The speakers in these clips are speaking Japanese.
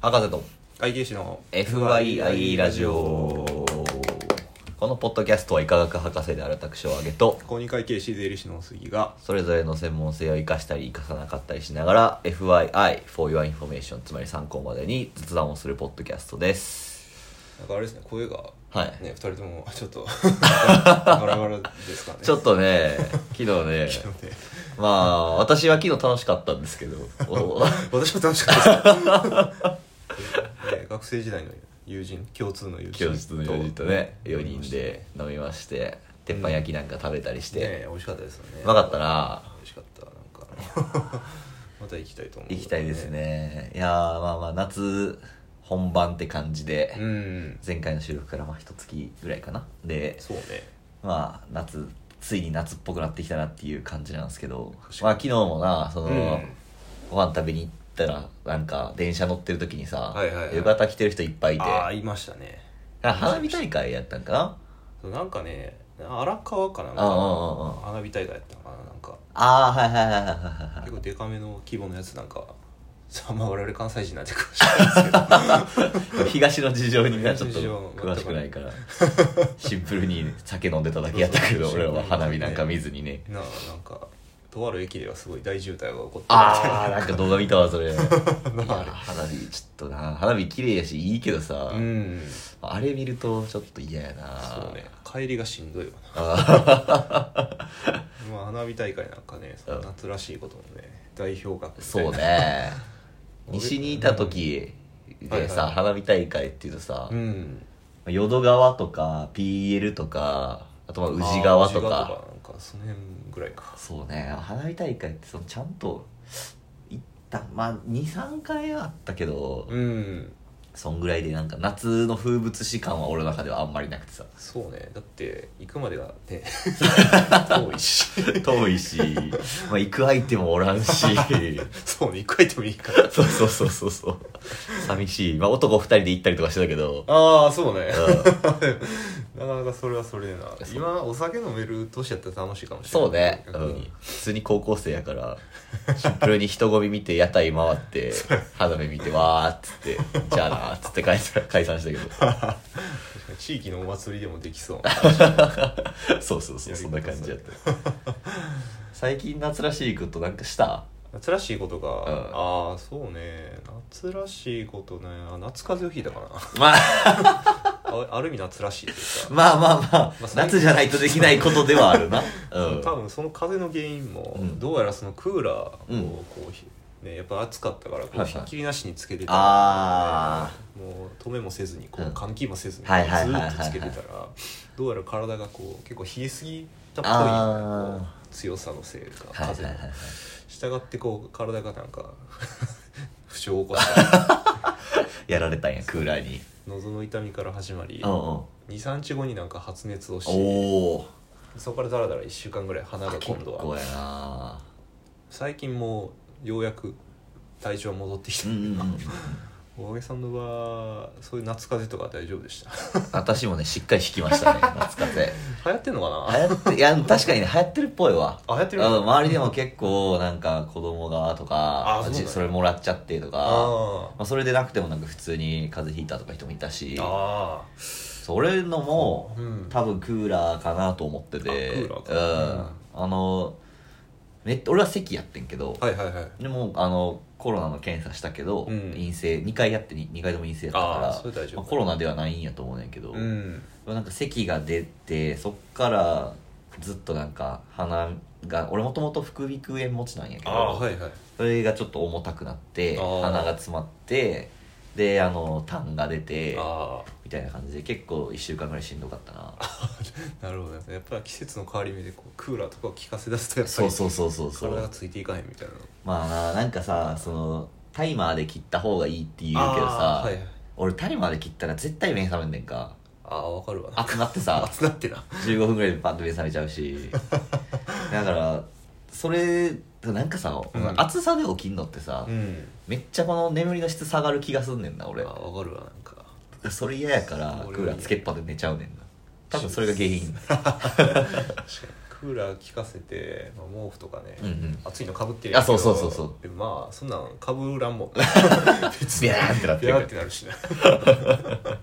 博士と会計士の FYI ラジオ。このポッドキャストは医科学博士である私を挙げと公認会計士税理士の杉がそれぞれの専門性を生かしたり生かさなかったりしながら FYI for your information つまり参考までに雑談をするポッドキャストです。 なんかあれですね、声がはいね、2人ともちょっとガラガラですかね。 ちょっとね昨日ねまあ私は昨日楽しかったんですけど私も楽しかったですね、学生時代の友人共通の友人とね4人で飲みまして鉄板焼きなんか食べたりして、 ね、美味しかったですよね。 うまかったな。 美味しかった。なんかまた行きたいと思う、 行きたいですね。いやーまあ夏本番って感じで、前回の収録から一月ぐらいかなで、 そうね、 まあついに夏っぽくなってきたなっていう感じなんですけど、まあ昨日もなご飯食べに行ったらなんか電車乗ってる時にさ、浴衣着てる人いっぱいいて、 いましたね。 花火大会やったんかな。 なんかね、荒川かなんか花火大会やったのかな、なんかはい結構デカめの規模のやつなんかまあ我々関西人なんて詳しくないですけど東の事情にはちょっと詳しくないからシンプルに酒飲んでただけやったけど俺らは花火なんか見ずにね。 なんかとある駅ではすごい大渋滞が起こってるみたいな。なんか動画見たわそれいや花火ちょっとな、花火綺麗やしいいけどさ、あれ見るとちょっと嫌やな。 そうね、帰りがしんどいわなまあ花火大会なんかね、夏らしいこともね代表格そうね西にいた時でさ、花火大会っていうとさ、淀川とか PL とかあとは宇治川とかなんかその辺ぐらいか。 そうね、花火大会ってちゃんと行ったまあ 2,3 回はあったけど、そんぐらいでなんか夏の風物詩感は俺の中ではあんまりなくてさ。 そうね、だって行くまでがね遠いしまあ行く相手もおらんしそうね、行く相手もいいからそう寂しい。まあ男2人で行ったりとかしてたけど、 そうね、なかなかそれはそれでな。今お酒飲める年やったら楽しいかもしれない。 そうね、普通に高校生やからシンプルに人混み見て屋台回って花火見てわーっつってじゃあなーっつって解散したけど地域のお祭りでもできそうそうそんな感じやった最近夏らしいことなんかした？ 夏らしいことが、そうね、夏らしいことね、夏風邪をひいたかなある意味夏らしいっていうかまあ夏じゃないとできないことではあるな、 多分その風邪の原因も、どうやらそのクーラーをこう、ね、やっぱ暑かったからこうひっきりなしにつけてたら、もう止めもせずにこう換気もせずにずーっとつけてたら、どうやら体がこう結構冷えすぎたっぽいこう強さのせいか風の従ってこう体がなんか不調を起こしたやられたんやクーラーに。 喉の痛みから始まり、 2、 3日後になんか発熱をし、そこからだらだら1週間ぐらい鼻が今度は。 結構やな。 最近もうようやく体調戻ってきた。おかげさんの場そういう夏風邪とか大丈夫でした？ 私もねしっかり引きましたね夏風邪。 流行ってんのかな？ いや確かにね流行ってるっぽいわ。 流行ってる。 周りでも結構なんか子供がとかそれもらっちゃってとか、それでなくてもなんか普通に風邪ひいたとか人もいたし、それのも多分クーラーかなと思ってて、俺は咳やってんけど、でもコロナの検査したけど、陰性2回やって2回とも陰性やったからコロナではないんやと思うねんけど、なんか咳が出てそっからずっとなんか鼻が、俺もともと副鼻腔炎持ちなんやけど、それがちょっと重たくなって鼻が詰まってで痰が出てみたいな感じで結構1週間ぐらいしんどかったななるほど、やっぱり季節の変わり目でこうクーラーとかを効かせ出すとやっぱり体がついていかへんみたいな。 まあなんかさタイマーで切った方がいいって言うけどさ、俺タイマーで切ったら絶対目覚めんねんか。 わかるわ。 熱なってさ熱なってな 15分ぐらいでパッと目覚めちゃうしだからそれなんかさ、暑さで起きんのってさ、めっちゃこの眠りの質下がる気がすんねんな俺。 わかるわ。なんかそれ嫌やからクーラーつけっぱで寝ちゃうねんな。多分それが原因確かにククーラー効かせて、まあ、毛布とかね、 うんうん、 暑いのかぶってるやんそうそうそうそうでまあそんなんかぶらんもん別にビャーってなってるビャーってなるしなそうだな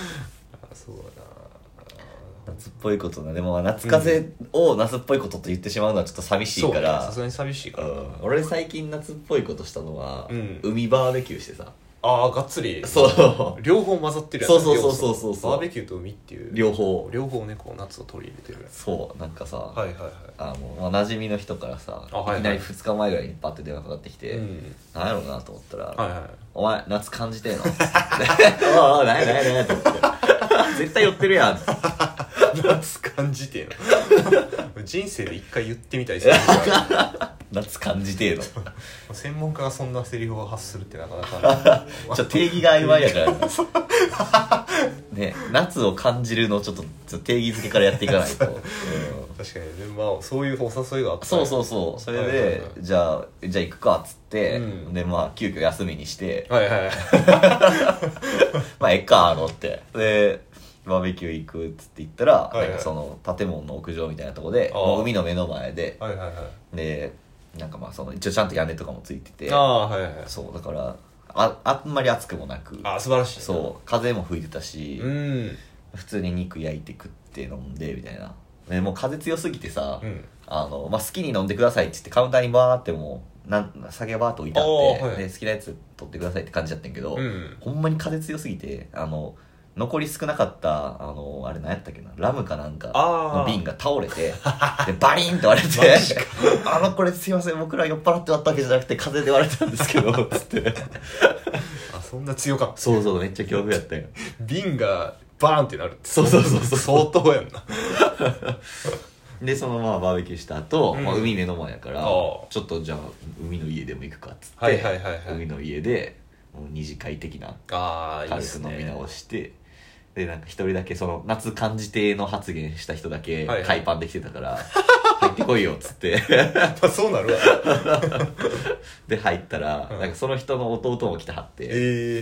夏っぽいことなでも夏風邪を夏っぽいことと言ってしまうのはちょっと寂しいから、 さすがに寂しいから、 俺最近夏っぽいことしたのは、 うん、 海バーベキューしてさああがっつりそう両方混ざってるやつ、 そうそうそうそうそうバーベキューと海っていう両方ねこう夏を取り入れてるやつそうなんかさ、 はいはいはい、 まあ、馴染みの人からさ、いきなり2日前ぐらいにパッて電話かかってきて、なんやろうなと思ったら、 はいはい、 お前夏感じてえのおいなんやと思って絶対寄ってるやん夏感じてえの人生で一回言ってみたいですね夏感じてえの専門家がそんなセリフを発するってなかなかちょっと定義が曖昧やからね、夏を感じるのをちょっと定義づけからやっていかないと、 確かにね、まあそういうお誘いがあった、 そうそれで、はいはいはい、じゃあ行くかっつって、でまあ急遽休みにして、はいはいまあえっかーのってでバーベキュー行くっつって言ったら、はいはい、なんかその建物の屋上みたいなとこでもう海の目の前で、はいはいはい、でなんかまあその一応ちゃんと屋根とかもついてて、はいはい、そうだからあんまり暑くもなく、 素晴らしい、 そう風も吹いてたし、普通に肉焼いて食って飲んでみたいな、でもう風強すぎてさ、まあ、好きに飲んでくださいって言ってカウンターにバーってもう酒バーっと置いてあって、はい、で好きなやつ取ってくださいって感じだったんやけど、ほんまに風強すぎて残り少なかったあれ何やったっけなラムかなんかの瓶が倒れてでバリーンって割れてこれすいません僕ら酔っ払って割ったわけじゃなくて風で割れたんですけどつってそんな強かった、 そうめっちゃ恐怖やったよ瓶がバーンってなるってそう相当やんなでそのままバーベキューした後、まあ、海目の前やからちょっとじゃあ海の家でも行くかっつって、海の家でもう二次会的な軽く飲み直して、でなんか一人だけその夏感じての発言した人だけ海パンできてたから、入ってこいよっつってまあそうなるわで入ったら、なんかその人の弟も来てはって、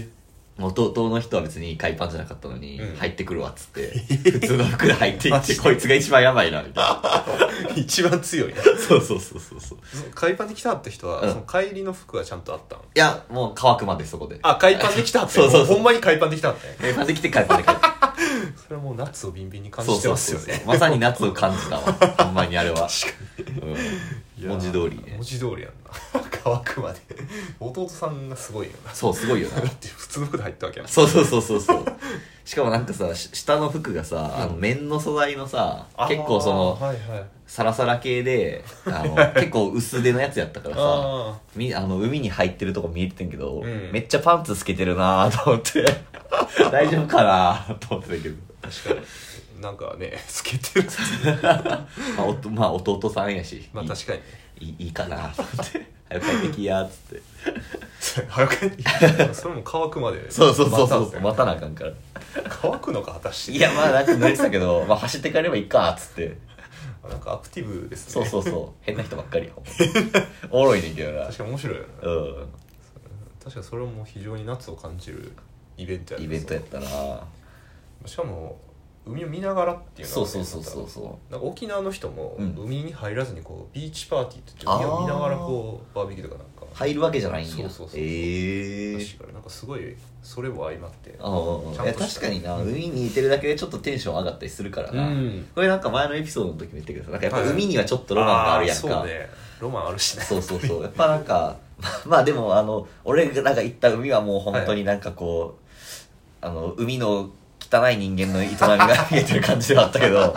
弟の人は別に海パンじゃなかったのに、入ってくるわっつって普通の服で入っていってこいつが一番やばいなみたいな一番強いなそう海パンで来たって人は、その帰りの服はちゃんとあったの？ いやもう乾くまでそこで海パンで来たってそうほんまに海パンで来たって海パンで来て海パンで帰ってそれはもう夏をビンビンに感じてますよね。 まさに夏を感じたわほんまにあれは確かに、 文字通りね文字通りやんな乾くまで弟さんがすごいよなそうすごいよなだって普通の服で入ったわけやんそうしかもなんかさ下の服がさ、綿の素材のさ結構その、サラサラ系で結構薄手のやつやったからさ海に入ってるとこ見えててんけど、めっちゃパンツ透けてるなと思って大丈夫かなと思ってたけど確かになんかね透けてるまあ弟さんやしまあ確かにいいかなと思って早く帰ってきやっつって早く帰ってきそれも乾くまでそう待たなあかんから乾くのか果たしていやまあなんか濡れてたけど、まあ、走って帰ればいいかっつってなんかアクティブですねそう変な人ばっかりよおもろいねんけどな確かに面白いよね確かにそれも非常に夏を感じるイベントやったなしかも海を見ながらっていうのは、 ね、そうなんか沖縄の人も海に入らずにこうビーチパーティーって言って海を見ながらこうバーベキューとかなんか入るわけじゃないんやそう確かになんかすごいそれも相まって確かにな、海にいてるだけでちょっとテンション上がったりするからな、これなんか前のエピソードの時も言ったけどさなんかやっぱ海にはちょっとロマンがあるやんか、 そうねロマンあるしねそうやっぱなんかまあでも俺がなんか行った海はもう本当になんかこう、海の汚い人間の営みが見えてる感じではあったけど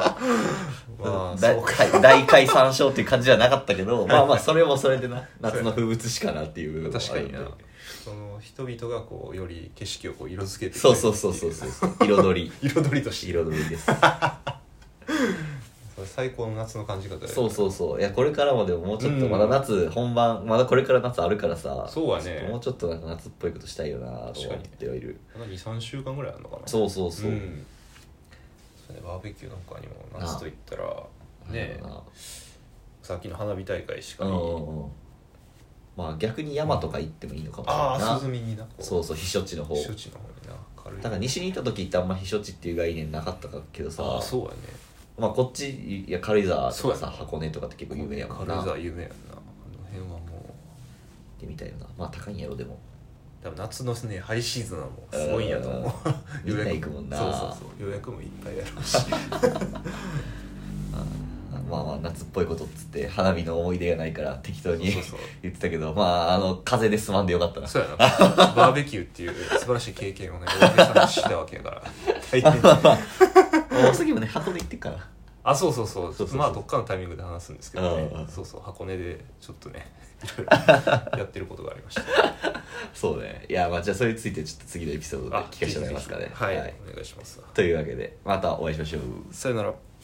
大海参照っていう感じではなかったけどまあそれもそれでな夏の風物詩かなっていう確かになその人々がこうより景色をこう色付けてそう彩りとして彩りですそれ最高の夏の感じ方でそういやこれからもでももうちょっとまだ夏本番まだこれから夏あるからさそうはねもうちょっとなんか夏っぽいことしたいよなと思ってはいるまだ 2,3 週間ぐらいあるのかなそう、 それバーベキューなんかにも夏といったらねさっきの花火大会しかりまあ逆に山とか行ってもいいのかもしれないな涼みになそう避暑地の方になだから西にいた時ってあんま避暑地っていう概念なかったけどさそうやねまあこっちいや軽井沢とかさ箱根とかって結構有名やもんな。 軽井沢有名やんな。あの辺はもう行ってみたいな。まあ高いんやろでも。 多分夏のねハイシーズンはもうすごいんやと思う。 みんな行くもんな。 そう予約もいっぱいやろうし。 まあまあ夏っぽいことっつって花火の思い出がないから適当に言ってたけど、まあ風で済まんでよかったな。 そうやな。バーベキューっていう素晴らしい経験をね大げさにしたわけやから大変。 お次もね箱根行ってっから。 あ、そうまあどっかのタイミングで話すんですけどね。箱根でちょっとねいろいろやってることがありました。 そうね。いやまあじゃあそれについてちょっと次のエピソードで聞かせてもらえますかね。 はい、お願いします。 というわけでまたお会いしましょう。 さよなら。